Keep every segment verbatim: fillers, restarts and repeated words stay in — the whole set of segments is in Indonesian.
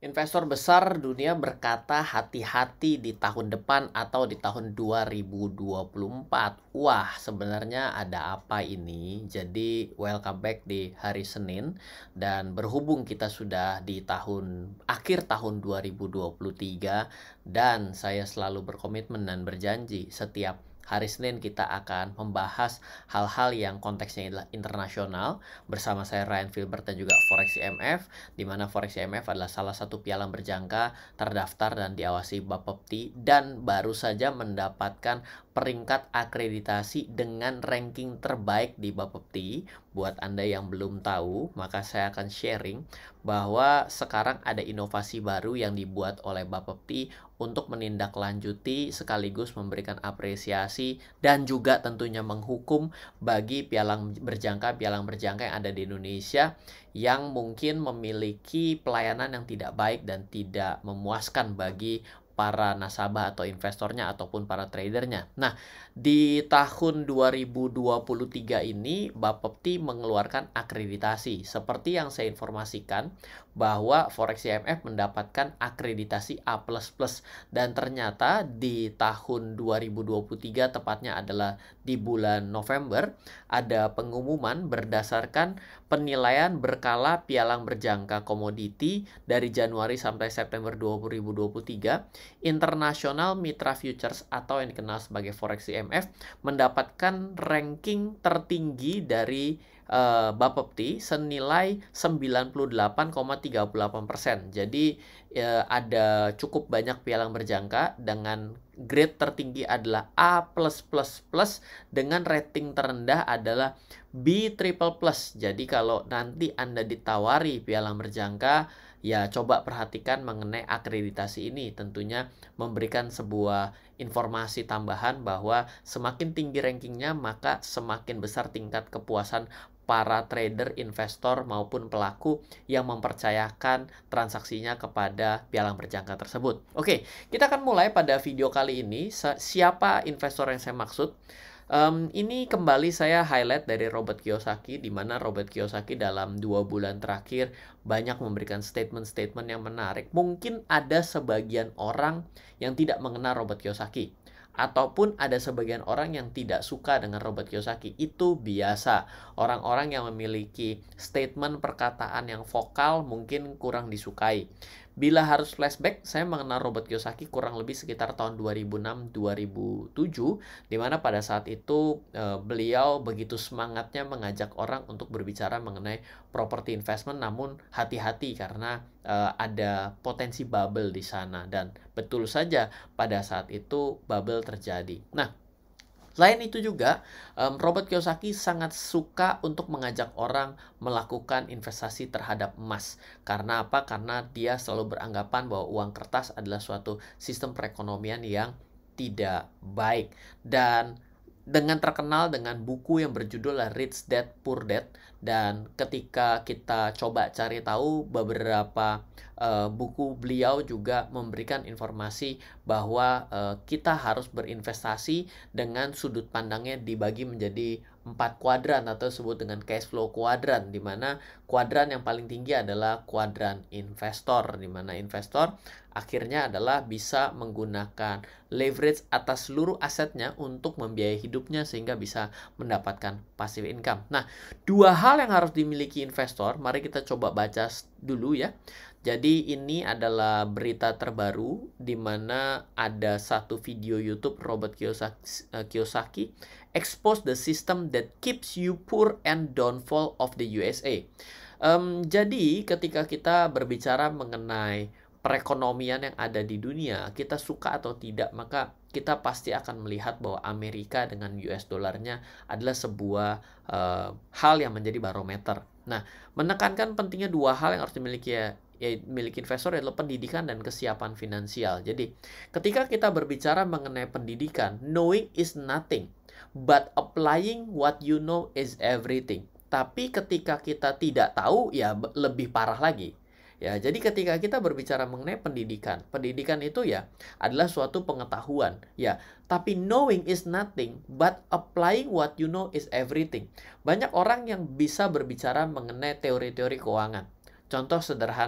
Investor besar dunia berkata hati-hati di tahun depan atau di tahun dua ribu dua puluh empat. Wah, sebenarnya ada apa ini? Jadi, welcome back di hari Senin. Dan berhubung kita sudah di tahun akhir tahun dua ribu dua puluh tiga, dan saya selalu berkomitmen dan berjanji setiap hari Senin kita akan membahas hal-hal yang konteksnya adalah internasional bersama saya Ryan Filbert dan juga Forex I M F, di mana Forex I M F adalah salah satu pialang berjangka terdaftar dan diawasi Bapepti dan baru saja mendapatkan peringkat akreditasi dengan ranking terbaik di Bapepti. Buat Anda yang belum tahu, maka saya akan sharing bahwa sekarang ada inovasi baru yang dibuat oleh Bapepti untuk menindaklanjuti sekaligus memberikan apresiasi dan juga tentunya menghukum bagi pialang berjangka pialang berjangka yang ada di Indonesia yang mungkin memiliki pelayanan yang tidak baik dan tidak memuaskan bagi para nasabah atau investornya ataupun para tradernya. Nah, di tahun dua ribu dua puluh tiga ini Bapepti mengeluarkan akreditasi. Seperti yang saya informasikan bahwa Forex I M F mendapatkan akreditasi A plus plus, dan ternyata di tahun dua ribu dua puluh tiga, tepatnya adalah di bulan November, ada pengumuman berdasarkan penilaian berkala pialang berjangka komoditi dari Januari sampai September dua ribu dua puluh tiga. International Mitra Futures atau yang dikenal sebagai Forex I M F mendapatkan ranking tertinggi dari uh, Bapepti senilai sembilan puluh delapan koma tiga puluh delapan persen. Jadi uh, ada cukup banyak pialang berjangka dengan grade tertinggi adalah A plus plus plus, dengan rating terendah adalah B triple plus. Jadi kalau nanti Anda ditawari pialang berjangka, ya coba perhatikan mengenai akreditasi ini. Tentunya memberikan sebuah informasi tambahan bahwa semakin tinggi rankingnya, maka semakin besar tingkat kepuasan para trader, investor maupun pelaku yang mempercayakan transaksinya kepada pialang berjangka tersebut. Oke, kita akan mulai pada video kali ini. Siapa investor yang saya maksud? Um, ini kembali saya highlight dari Robert Kiyosaki, di mana Robert Kiyosaki dalam dua bulan terakhir banyak memberikan statement-statement yang menarik. Mungkin ada sebagian orang yang tidak mengenal Robert Kiyosaki, ataupun ada sebagian orang yang tidak suka dengan Robert Kiyosaki. Itu biasa. Orang-orang yang memiliki statement perkataan yang vokal mungkin kurang disukai. Bila harus flashback, saya mengenal Robert Kiyosaki kurang lebih sekitar tahun dua ribu enam dua ribu tujuh, di mana pada saat itu e, beliau begitu semangatnya mengajak orang untuk berbicara mengenai property investment, namun hati-hati karena e, ada potensi bubble di sana, dan betul saja pada saat itu bubble terjadi. Nah, selain itu juga, um, Robert Kiyosaki sangat suka untuk mengajak orang melakukan investasi terhadap emas. Karena apa? Karena dia selalu beranggapan bahwa uang kertas adalah suatu sistem perekonomian yang tidak baik. Dan dengan terkenal dengan buku yang berjudul Rich Dad Poor Dad, dan ketika kita coba cari tahu beberapa uh, buku, beliau juga memberikan informasi bahwa uh, kita harus berinvestasi dengan sudut pandangnya dibagi menjadi empat kuadran atau disebut dengan cash flow kuadran, di mana kuadran yang paling tinggi adalah kuadran investor, di mana investor akhirnya adalah bisa menggunakan leverage atas seluruh asetnya untuk membiayai hidupnya sehingga bisa mendapatkan passive income. Nah, dua hal yang harus dimiliki investor, mari kita coba baca dulu ya. Jadi ini adalah berita terbaru di mana ada satu video YouTube Robert Kiyosaki, uh, Kiyosaki expose the system that keeps you poor and downfall of the U S A. Um, jadi ketika kita berbicara mengenai perekonomian yang ada di dunia, kita suka atau tidak, maka kita pasti akan melihat bahwa Amerika dengan U S dolarnya adalah sebuah uh, hal yang menjadi barometer. Nah, menekankan pentingnya dua hal yang harus dimiliki ya, ya miliki investor adalah pendidikan dan kesiapan finansial. Jadi, ketika kita berbicara mengenai pendidikan, knowing is nothing, but applying what you know is everything. Tapi ketika kita tidak tahu, ya lebih parah lagi. Ya, jadi ketika kita berbicara mengenai pendidikan, pendidikan itu ya adalah suatu pengetahuan, ya. Tapi knowing is nothing, but applying what you know is everything. Banyak orang yang bisa berbicara mengenai teori-teori keuangan. Contoh sederhana,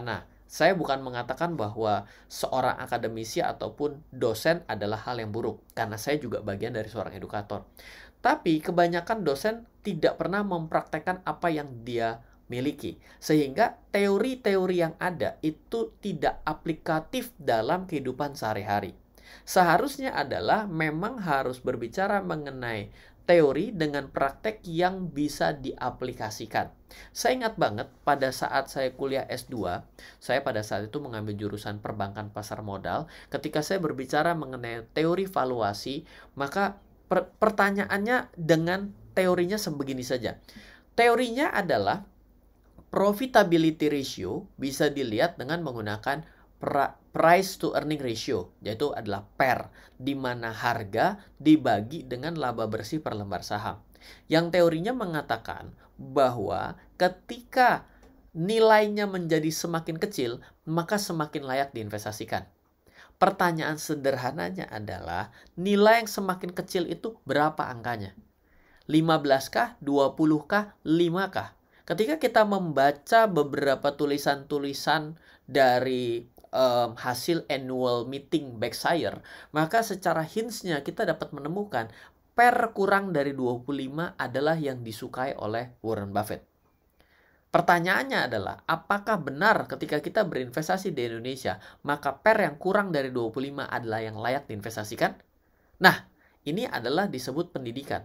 Saya bukan mengatakan bahwa seorang akademisi ataupun dosen adalah hal yang buruk, karena saya juga bagian dari seorang edukator. Tapi kebanyakan dosen tidak pernah mempraktekkan apa yang dia miliki. Sehingga teori-teori yang ada itu tidak aplikatif dalam kehidupan sehari-hari. Seharusnya adalah memang harus berbicara mengenai teori dengan praktek yang bisa diaplikasikan. Saya ingat banget pada saat saya kuliah S dua, saya pada saat itu mengambil jurusan perbankan pasar modal. Ketika saya berbicara mengenai teori valuasi, maka per pertanyaannya dengan teorinya sebegini saja. Teorinya adalah profitability ratio bisa dilihat dengan menggunakan price to earning ratio, yaitu adalah P E R, di mana harga dibagi dengan laba bersih per lembar saham. Yang teorinya mengatakan bahwa ketika nilainya menjadi semakin kecil, maka semakin layak diinvestasikan. Pertanyaan sederhananya adalah, nilai yang semakin kecil itu berapa angkanya? lima belas kah? dua puluh kah? lima kah? Ketika kita membaca beberapa tulisan-tulisan dari um, hasil annual meeting Berkshire, maka secara hints-nya kita dapat menemukan P E R kurang dari dua puluh lima adalah yang disukai oleh Warren Buffett. Pertanyaannya adalah, apakah benar ketika kita berinvestasi di Indonesia, maka P E R yang kurang dari dua puluh lima adalah yang layak diinvestasikan? Nah, ini adalah disebut pendidikan.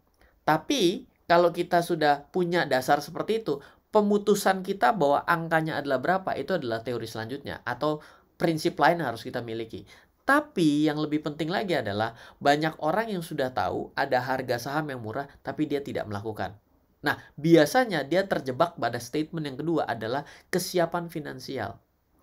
Tapi, kalau kita sudah punya dasar seperti itu, pemutusan kita bahwa angkanya adalah berapa, itu adalah teori selanjutnya, atau prinsip lain yang harus kita miliki. Tapi, yang lebih penting lagi adalah, banyak orang yang sudah tahu ada harga saham yang murah, tapi dia tidak melakukan. Nah, biasanya dia terjebak pada statement yang kedua adalah kesiapan finansial.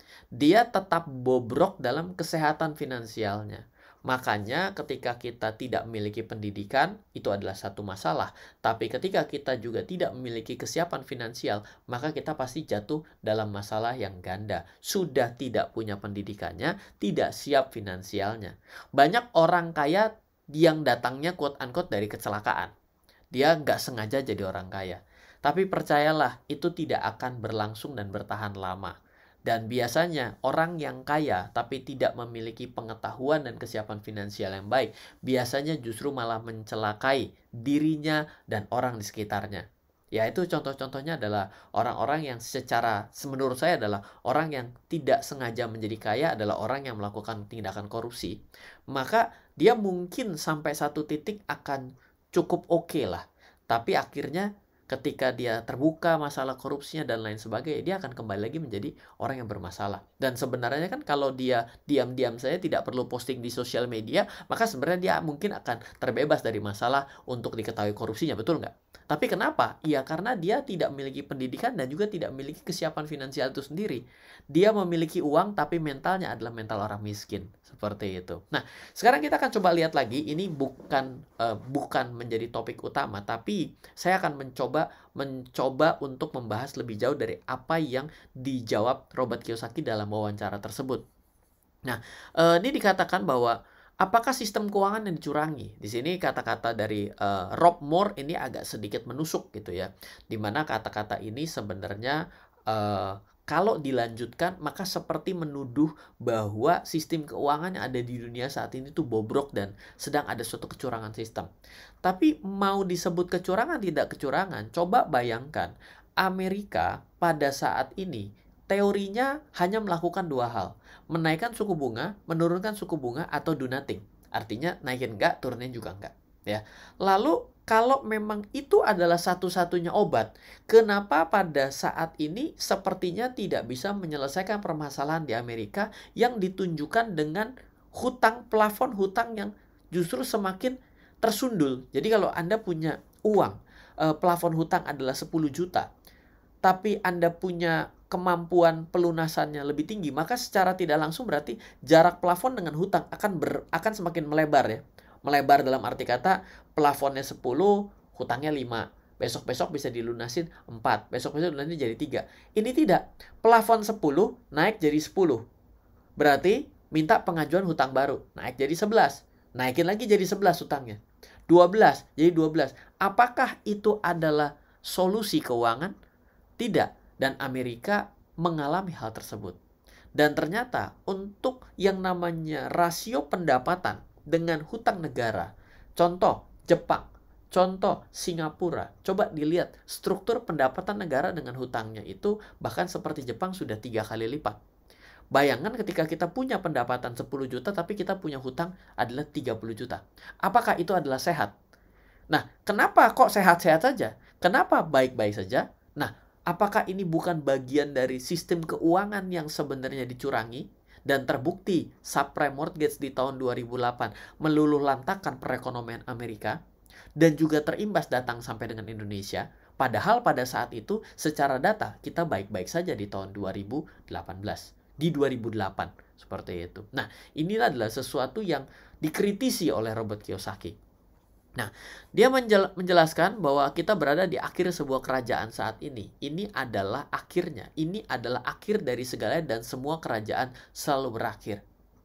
Dia tetap bobrok dalam kesehatan finansialnya. Makanya ketika kita tidak memiliki pendidikan, itu adalah satu masalah. Tapi ketika kita juga tidak memiliki kesiapan finansial, maka kita pasti jatuh dalam masalah yang ganda. Sudah tidak punya pendidikannya, tidak siap finansialnya. Banyak orang kaya yang datangnya quote-unquote dari kecelakaan. Dia nggak sengaja jadi orang kaya. Tapi percayalah, itu tidak akan berlangsung dan bertahan lama. Dan biasanya orang yang kaya tapi tidak memiliki pengetahuan dan kesiapan finansial yang baik, biasanya justru malah mencelakai dirinya dan orang di sekitarnya. Yaitu contoh-contohnya adalah orang-orang yang secara, menurut saya adalah orang yang tidak sengaja menjadi kaya adalah orang yang melakukan tindakan korupsi. Maka dia mungkin sampai satu titik akan cukup oke lah. Tapi akhirnya ketika dia terbuka masalah korupsinya dan lain sebagainya, dia akan kembali lagi menjadi orang yang bermasalah. Dan sebenarnya kan kalau dia diam-diam saja tidak perlu posting di sosial media, maka sebenarnya dia mungkin akan terbebas dari masalah untuk diketahui korupsinya, betul nggak? Tapi kenapa? Ya karena dia tidak memiliki pendidikan dan juga tidak memiliki kesiapan finansial itu sendiri. Dia memiliki uang tapi mentalnya adalah mental orang miskin. Seperti itu. Nah, sekarang kita akan coba lihat lagi. Ini bukan uh, bukan menjadi topik utama, tapi saya akan mencoba mencoba untuk membahas lebih jauh dari apa yang dijawab Robert Kiyosaki dalam wawancara tersebut. Nah, uh, ini dikatakan bahwa apakah sistem keuangan yang dicurangi? Di sini kata-kata dari uh, Rob Moore ini agak sedikit menusuk gitu ya. Dimana kata-kata ini sebenarnya uh, kalau dilanjutkan maka seperti menuduh bahwa sistem keuangan yang ada di dunia saat ini tuh bobrok dan sedang ada suatu kecurangan sistem. Tapi mau disebut kecurangan tidak kecurangan, coba bayangkan Amerika pada saat ini teorinya hanya melakukan dua hal. Menaikkan suku bunga, menurunkan suku bunga, atau do nothing. Artinya naikin enggak, turunin juga enggak. Ya. Lalu kalau memang itu adalah satu-satunya obat, kenapa pada saat ini sepertinya tidak bisa menyelesaikan permasalahan di Amerika yang ditunjukkan dengan hutang, plafon hutang yang justru semakin tersundul. Jadi kalau Anda punya uang, eh, plafon hutang adalah sepuluh juta, tapi Anda punya kemampuan pelunasannya lebih tinggi, maka secara tidak langsung berarti jarak plafon dengan hutang akan ber, akan semakin melebar ya. Melebar dalam arti kata plafonnya sepuluh, hutangnya lima. Besok-besok bisa dilunasin empat. Besok-besok dilunasin jadi tiga. Ini tidak. Plafon sepuluh naik jadi sepuluh. Berarti minta pengajuan hutang baru. Naik jadi sebelas. Naikin lagi jadi sebelas hutangnya. dua belas jadi dua belas. Apakah itu adalah solusi keuangan? Tidak. Dan Amerika mengalami hal tersebut. Dan ternyata untuk yang namanya rasio pendapatan dengan hutang negara, contoh Jepang, contoh Singapura, coba dilihat struktur pendapatan negara dengan hutangnya itu bahkan seperti Jepang sudah tiga kali lipat. Bayangkan ketika kita punya pendapatan sepuluh juta tapi kita punya hutang adalah tiga puluh juta. Apakah itu adalah sehat? Nah, kenapa kok sehat-sehat saja? Kenapa baik-baik saja? Nah, apakah ini bukan bagian dari sistem keuangan yang sebenarnya dicurangi? Dan terbukti subprime mortgage di tahun dua ribu delapan meluluhlantakkan perekonomian Amerika dan juga terimbas datang sampai dengan Indonesia. Padahal pada saat itu secara data kita baik-baik saja di tahun dua ribu delapan belas. Di dua ribu delapan seperti itu. Nah, inilah adalah sesuatu yang dikritisi oleh Robert Kiyosaki. Nah, dia menjel menjelaskan bahwa kita berada di akhir sebuah kerajaan saat ini. Ini adalah akhirnya. Ini adalah akhir dari segalanya dan semua kerajaan selalu berakhir.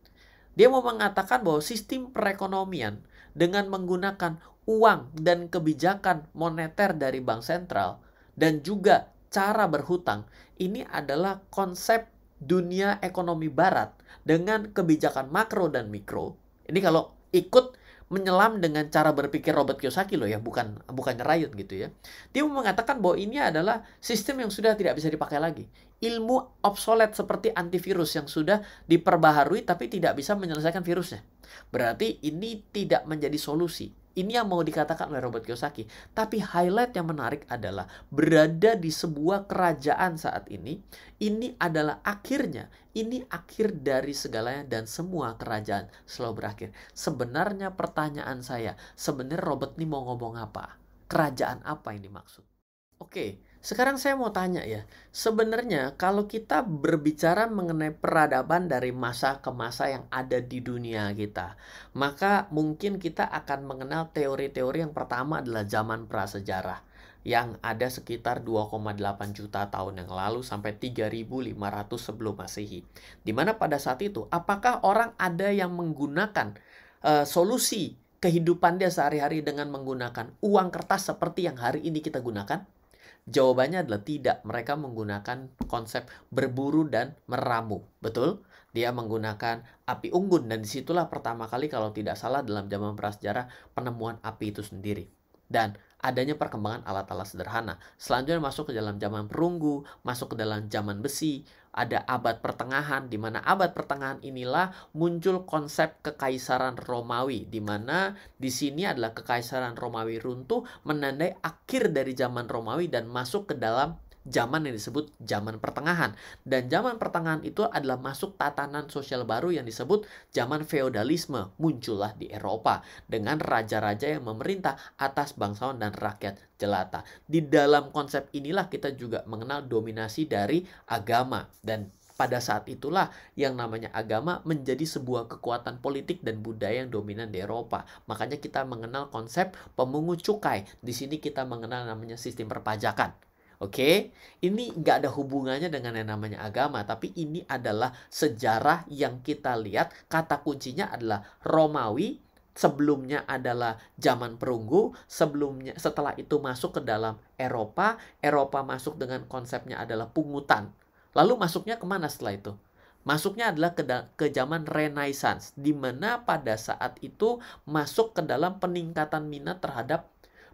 Dia mau mengatakan bahwa sistem perekonomian dengan menggunakan uang dan kebijakan moneter dari bank sentral dan juga cara berhutang, ini adalah konsep dunia ekonomi barat dengan kebijakan makro dan mikro. Ini kalau ikut menyelam dengan cara berpikir Robert Kiyosaki loh ya, bukan bukan nyerayut gitu ya. Dia mengatakan bahwa ini adalah sistem yang sudah tidak bisa dipakai lagi. Ilmu obsolete seperti antivirus yang sudah diperbaharui tapi tidak bisa menyelesaikan virusnya. Berarti ini tidak menjadi solusi. Ini yang mau dikatakan oleh Robert Kiyosaki. Tapi highlight yang menarik adalah berada di sebuah kerajaan saat ini. Ini adalah akhirnya. Ini akhir dari segalanya dan semua kerajaan selalu berakhir. Sebenarnya pertanyaan saya, sebenarnya Robert ini mau ngomong apa? Kerajaan apa yang dimaksud? Oke, sekarang saya mau tanya ya. Sebenarnya kalau kita berbicara mengenai peradaban dari masa ke masa yang ada di dunia kita, maka mungkin kita akan mengenal teori-teori yang pertama adalah zaman prasejarah yang ada sekitar dua koma delapan juta tahun yang lalu sampai tiga ribu lima ratus sebelum Masehi. Di mana pada saat itu, apakah orang ada yang menggunakan uh, solusi kehidupan dia sehari-hari dengan menggunakan uang kertas seperti yang hari ini kita gunakan? Jawabannya adalah tidak. Mereka menggunakan konsep berburu dan meramu. Betul? Dia menggunakan api unggun. Dan disitulah pertama kali kalau tidak salah dalam zaman prasejarah penemuan api itu sendiri. Dan adanya perkembangan alat-alat sederhana. Selanjutnya masuk ke dalam zaman perunggu, masuk ke dalam zaman besi, ada abad pertengahan, di mana abad pertengahan inilah muncul konsep kekaisaran Romawi, di mana di sini adalah kekaisaran Romawi runtuh, menandai akhir dari zaman Romawi dan masuk ke dalam zaman yang disebut zaman pertengahan. Dan zaman pertengahan itu adalah masuk tatanan sosial baru yang disebut zaman feodalisme. Muncullah di Eropa dengan raja-raja yang memerintah atas bangsawan dan rakyat jelata. Di dalam konsep inilah kita juga mengenal dominasi dari agama. Dan pada saat itulah yang namanya agama menjadi sebuah kekuatan politik dan budaya yang dominan di Eropa. Makanya kita mengenal konsep pemungut cukai. Di sini kita mengenal namanya sistem perpajakan. Oke, ini nggak ada hubungannya dengan yang namanya agama, tapi ini adalah sejarah yang kita lihat. Kata kuncinya adalah Romawi, sebelumnya adalah zaman perunggu, sebelumnya setelah itu masuk ke dalam Eropa, Eropa masuk dengan konsepnya adalah pungutan. Lalu masuknya kemana setelah itu? Masuknya adalah ke, ke zaman Renaissance, di mana pada saat itu masuk ke dalam peningkatan minat terhadap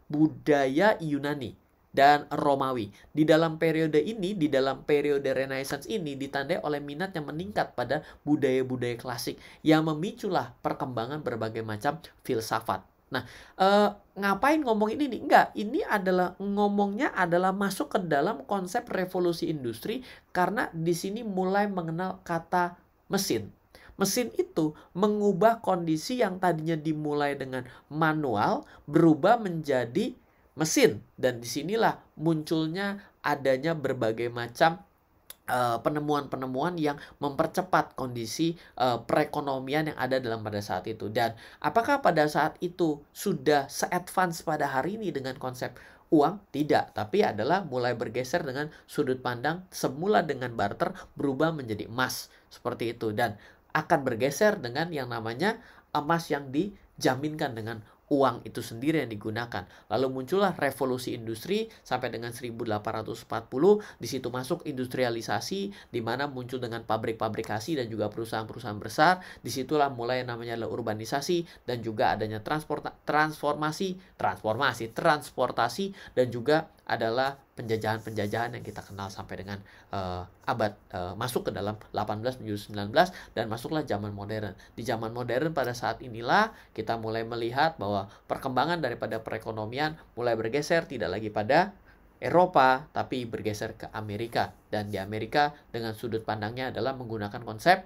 budaya Yunani dan Romawi. Di dalam periode ini, di dalam periode Renaissance ini ditandai oleh minat yang meningkat pada budaya-budaya klasik yang memiculah perkembangan berbagai macam filsafat. Nah, eh, ngapain ngomong ini nih? Enggak, ini adalah ngomongnya adalah masuk ke dalam konsep revolusi industri karena di sini mulai mengenal kata mesin. Mesin itu mengubah kondisi yang tadinya dimulai dengan manual berubah menjadi mesin, dan disinilah munculnya adanya berbagai macam penemuan-penemuan uh, yang mempercepat kondisi uh, perekonomian yang ada dalam pada saat itu. Dan apakah pada saat itu sudah se-advance pada hari ini dengan konsep uang? Tidak, tapi adalah mulai bergeser dengan sudut pandang semula dengan barter berubah menjadi emas seperti itu, dan akan bergeser dengan yang namanya emas yang dijaminkan dengan uang itu sendiri yang digunakan. Lalu muncullah revolusi industri sampai dengan seribu delapan ratus empat puluh, di situ masuk industrialisasi, di mana muncul dengan pabrik-pabrikasi dan juga perusahaan-perusahaan besar. Disitulah mulai namanya adalah urbanisasi dan juga adanya transport transformasi, transformasi, transportasi dan juga adalah penjajahan-penjajahan yang kita kenal sampai dengan uh, abad uh, masuk ke dalam delapan belas menuju sembilan belas dan masuklah zaman modern. Di zaman modern pada saat inilah kita mulai melihat bahwa perkembangan daripada perekonomian mulai bergeser tidak lagi pada Eropa tapi bergeser ke Amerika, dan di Amerika dengan sudut pandangnya adalah menggunakan konsep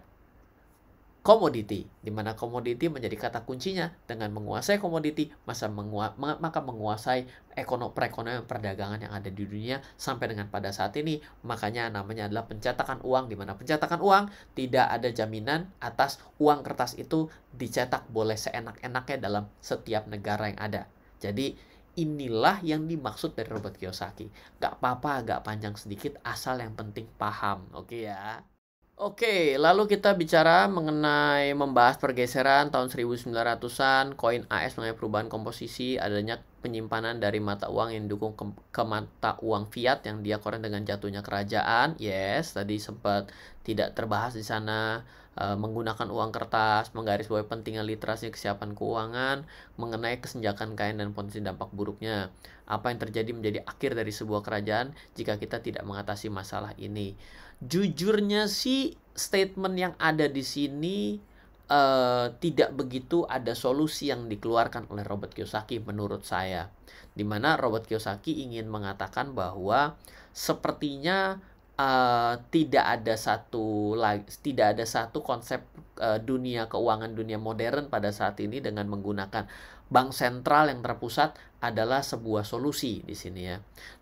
komoditi, di mana komoditi menjadi kata kuncinya. Dengan menguasai komoditi, masa mengua maka menguasai ekonomi perekonomian perdagangan yang ada di dunia sampai dengan pada saat ini. Makanya namanya adalah pencetakan uang, di mana pencetakan uang tidak ada jaminan atas uang kertas itu dicetak boleh seenak-enaknya dalam setiap negara yang ada. Jadi inilah yang dimaksud dari Robert Kiyosaki. Gak apa-apa agak panjang sedikit, asal yang penting paham. Oke ya. Oke, lalu kita bicara mengenai membahas pergeseran tahun seribu sembilan ratusan, koin A S mengenai perubahan komposisi, adanya penyimpanan dari mata uang yang didukung ke, ke mata uang fiat yang dia koren dengan jatuhnya kerajaan. Yes, tadi sempat tidak terbahas di sana. E, menggunakan uang kertas, menggarisbawahi pentingnya literasi kesiapan keuangan, mengenai kesenjakan kain dan potensi dampak buruknya. Apa yang terjadi menjadi akhir dari sebuah kerajaan jika kita tidak mengatasi masalah ini. Jujurnya sih statement yang ada di sini uh, tidak begitu ada solusi yang dikeluarkan oleh Robert Kiyosaki menurut saya. Dimana Robert Kiyosaki ingin mengatakan bahwa sepertinya uh, tidak ada satu tidak ada satu konsep uh, dunia keuangan dunia modern pada saat ini dengan menggunakan bank sentral yang terpusat adalah sebuah solusi di sini ya.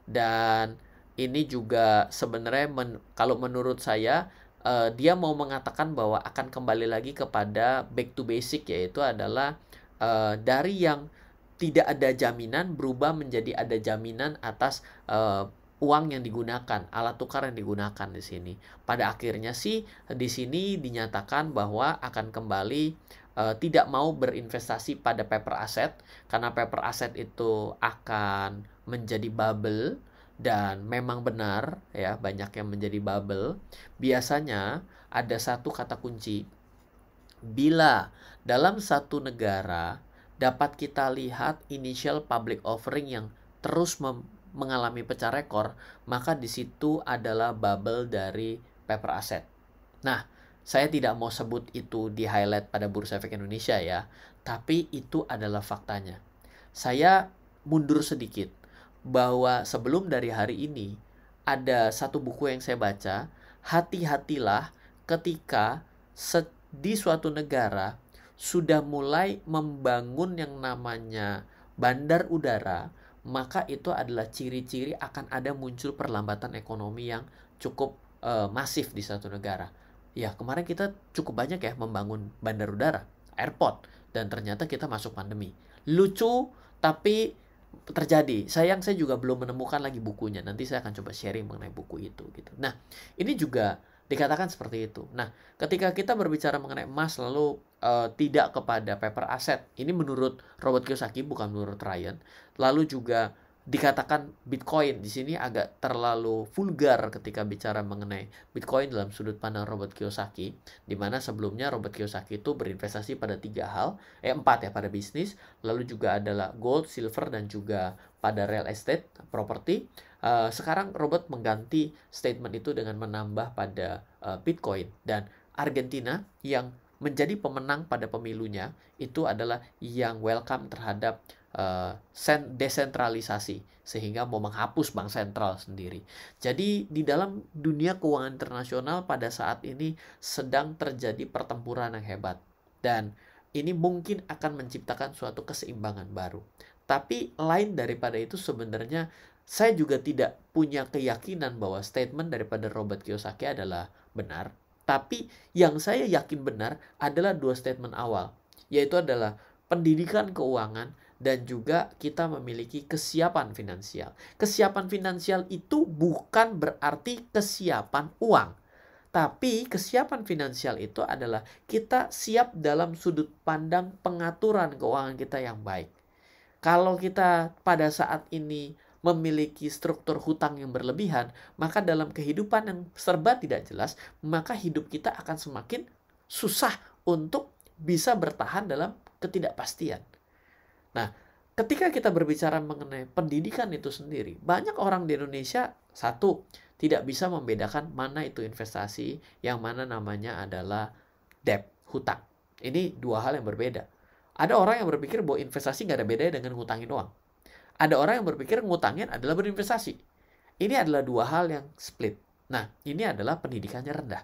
Dan ini juga sebenarnya men, kalau menurut saya uh, dia mau mengatakan bahwa akan kembali lagi kepada back to basic, yaitu adalah uh, dari yang tidak ada jaminan berubah menjadi ada jaminan atas uh, uang yang digunakan, alat tukar yang digunakan di sini. Pada akhirnya sih di sini dinyatakan bahwa akan kembali uh, tidak mau berinvestasi pada paper asset karena paper asset itu akan menjadi bubble. Dan memang benar ya, banyak yang menjadi bubble. Biasanya ada satu kata kunci. Bila dalam satu negara dapat kita lihat initial public offering yang terus mengalami pecah rekor, maka di situ adalah bubble dari paper asset. Nah, saya tidak mau sebut itu di highlight pada Bursa Efek Indonesia ya, tapi itu adalah faktanya. Saya mundur sedikit bahwa sebelum dari hari ini ada satu buku yang saya baca, hati-hatilah ketika di suatu negara sudah mulai membangun yang namanya bandar udara, maka itu adalah ciri-ciri akan ada muncul perlambatan ekonomi yang cukup uh, masif di satu negara. Ya, kemarin kita cukup banyak ya membangun bandar udara, airport, dan ternyata kita masuk pandemi. Lucu, tapi terjadi. Sayang saya juga belum menemukan lagi bukunya. Nanti saya akan coba sharing mengenai buku itu gitu. Nah, ini juga dikatakan seperti itu. Nah, ketika kita berbicara mengenai emas lalu uh, tidak kepada paper asset, ini menurut Robert Kiyosaki bukan menurut Ryan. Lalu juga dikatakan Bitcoin di sini agak terlalu vulgar ketika bicara mengenai Bitcoin dalam sudut pandang Robert Kiyosaki, di mana sebelumnya Robert Kiyosaki itu berinvestasi pada tiga hal, eh empat ya, pada bisnis, lalu juga adalah gold, silver, dan juga pada real estate, property. Uh, sekarang Robert mengganti statement itu dengan menambah pada uh, Bitcoin, dan Argentina yang menjadi pemenang pada pemilunya itu adalah yang welcome terhadap Uh, desentralisasi, sehingga mau menghapus bank sentral sendiri. Jadi di dalam dunia keuangan internasional pada saat ini sedang terjadi pertempuran yang hebat, dan ini mungkin akan menciptakan suatu keseimbangan baru. Tapi lain daripada itu, sebenarnya saya juga tidak punya keyakinan bahwa statement daripada Robert Kiyosaki adalah benar. Tapi yang saya yakin benar adalah dua statement awal, yaitu adalah pendidikan keuangan dan juga kita memiliki kesiapan finansial. Kesiapan finansial itu bukan berarti kesiapan uang. Tapi kesiapan finansial itu adalah kita siap dalam sudut pandang pengaturan keuangan kita yang baik. Kalau kita pada saat ini memiliki struktur hutang yang berlebihan, maka dalam kehidupan yang serba tidak jelas, maka hidup kita akan semakin susah untuk bisa bertahan dalam ketidakpastian. Nah, ketika kita berbicara mengenai pendidikan itu sendiri, banyak orang di Indonesia, satu, tidak bisa membedakan mana itu investasi, yang mana namanya adalah debt, hutang. Ini dua hal yang berbeda. Ada orang yang berpikir bahwa investasi nggak ada bedanya dengan ngutangin uang. Ada orang yang berpikir ngutangin adalah berinvestasi. Ini adalah dua hal yang split. Nah, ini adalah pendidikannya rendah.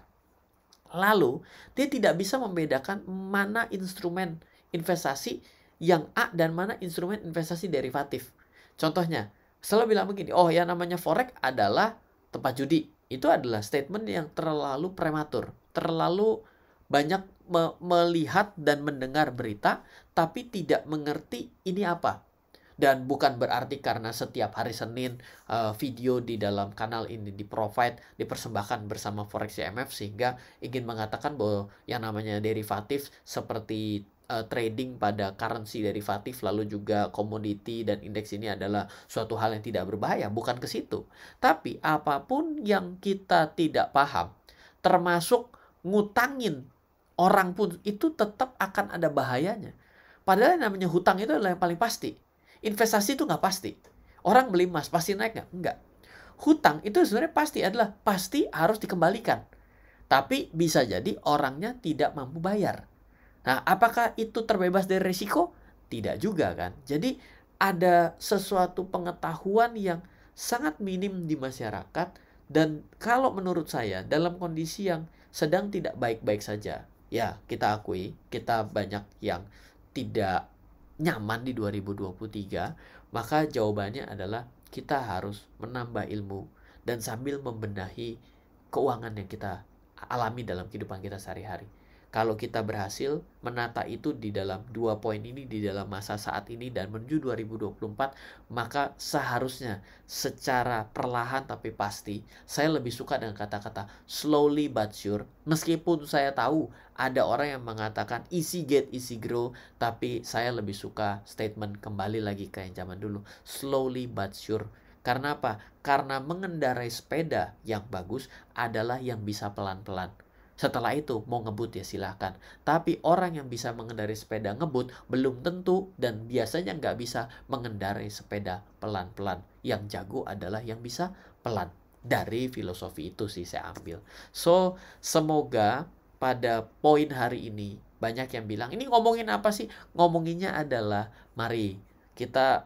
Lalu, dia tidak bisa membedakan mana instrumen investasi yang A dan mana instrumen investasi derivatif. Contohnya, selalu bilang begini, oh yang namanya forex adalah tempat judi. Itu adalah statement yang terlalu prematur, terlalu banyak me melihat dan mendengar berita, tapi tidak mengerti ini apa. Dan bukan berarti karena setiap hari Senin uh, video di dalam kanal ini di-provide, dipersembahkan bersama Forex C M F, sehingga ingin mengatakan bahwa yang namanya derivatif seperti uh, trading pada currency derivatif, lalu juga komoditi dan indeks ini adalah suatu hal yang tidak berbahaya. Bukan ke situ. Tapi apapun yang kita tidak paham, termasuk ngutangin orang pun, itu tetap akan ada bahayanya. Padahal yang namanya hutang itu adalah yang paling pasti. Investasi itu nggak pasti. Orang beli emas pasti naik nggak? Nggak. Hutang itu sebenarnya pasti adalah pasti harus dikembalikan. Tapi bisa jadi orangnya tidak mampu bayar. Nah, apakah itu terbebas dari risiko? Tidak juga kan. Jadi ada sesuatu pengetahuan yang sangat minim di masyarakat. Dan kalau menurut saya dalam kondisi yang sedang tidak baik-baik saja, ya kita akui kita banyak yang tidak nyaman di dua ribu dua puluh tiga, maka jawabannya adalah kita harus menambah ilmu dan sambil membenahi keuangan yang kita alami dalam kehidupan kita sehari-hari. Kalau kita berhasil menata itu di dalam dua poin ini, di dalam masa saat ini dan menuju dua ribu dua puluh empat, maka seharusnya secara perlahan tapi pasti, saya lebih suka dengan kata-kata slowly but sure. Meskipun saya tahu ada orang yang mengatakan easy get, easy grow, tapi saya lebih suka statement kembali lagi ke yang zaman dulu, slowly but sure. Karena apa? Karena mengendarai sepeda yang bagus adalah yang bisa pelan-pelan. Setelah itu mau ngebut ya silahkan. Tapi orang yang bisa mengendarai sepeda ngebut belum tentu dan biasanya nggak bisa mengendarai sepeda pelan-pelan. Yang jago adalah yang bisa pelan. Dari filosofi itu sih saya ambil. So, semoga pada poin hari ini banyak yang bilang, ini ngomongin apa sih? Ngomonginnya adalah mari kita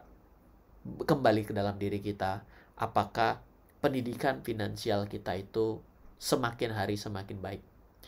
kembali ke dalam diri kita. Apakah pendidikan finansial kita itu semakin hari semakin baik?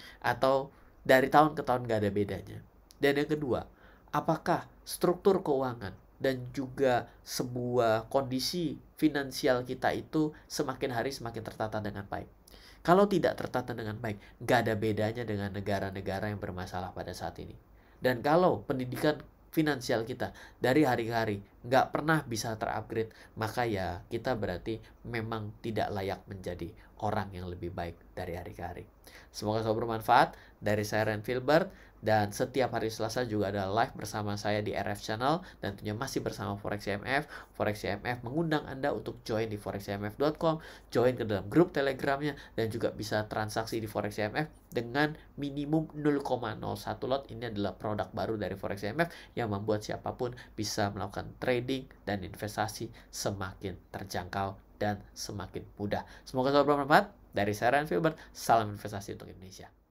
Atau dari tahun ke tahun gak ada bedanya. Dan yang kedua, apakah struktur keuangan dan juga sebuah kondisi finansial kita itu semakin hari semakin tertata dengan baik? Kalau tidak tertata dengan baik, gak ada bedanya dengan negara-negara yang bermasalah pada saat ini. Dan kalau pendidikan finansial kita dari hari ke hari nggak pernah bisa terupgrade, maka ya kita berarti memang tidak layak menjadi orang yang lebih baik dari hari ke hari. Semoga selalu bermanfaat. Dari saya Ren Filbert, dan setiap hari Selasa juga ada live bersama saya di R F Channel, dan tentunya masih bersama Forex C M F. Forex C M F mengundang Anda untuk join di forex c m f dot com, join ke dalam grup Telegramnya, dan juga bisa transaksi di Forex C M F dengan minimum nol koma nol satu lot. Ini adalah produk baru dari Forex C M F yang membuat siapapun bisa melakukan trading dan investasi semakin terjangkau dan semakin mudah. Semoga selalu bermanfaat. Dari saya Ren Filbert, salam investasi untuk Indonesia.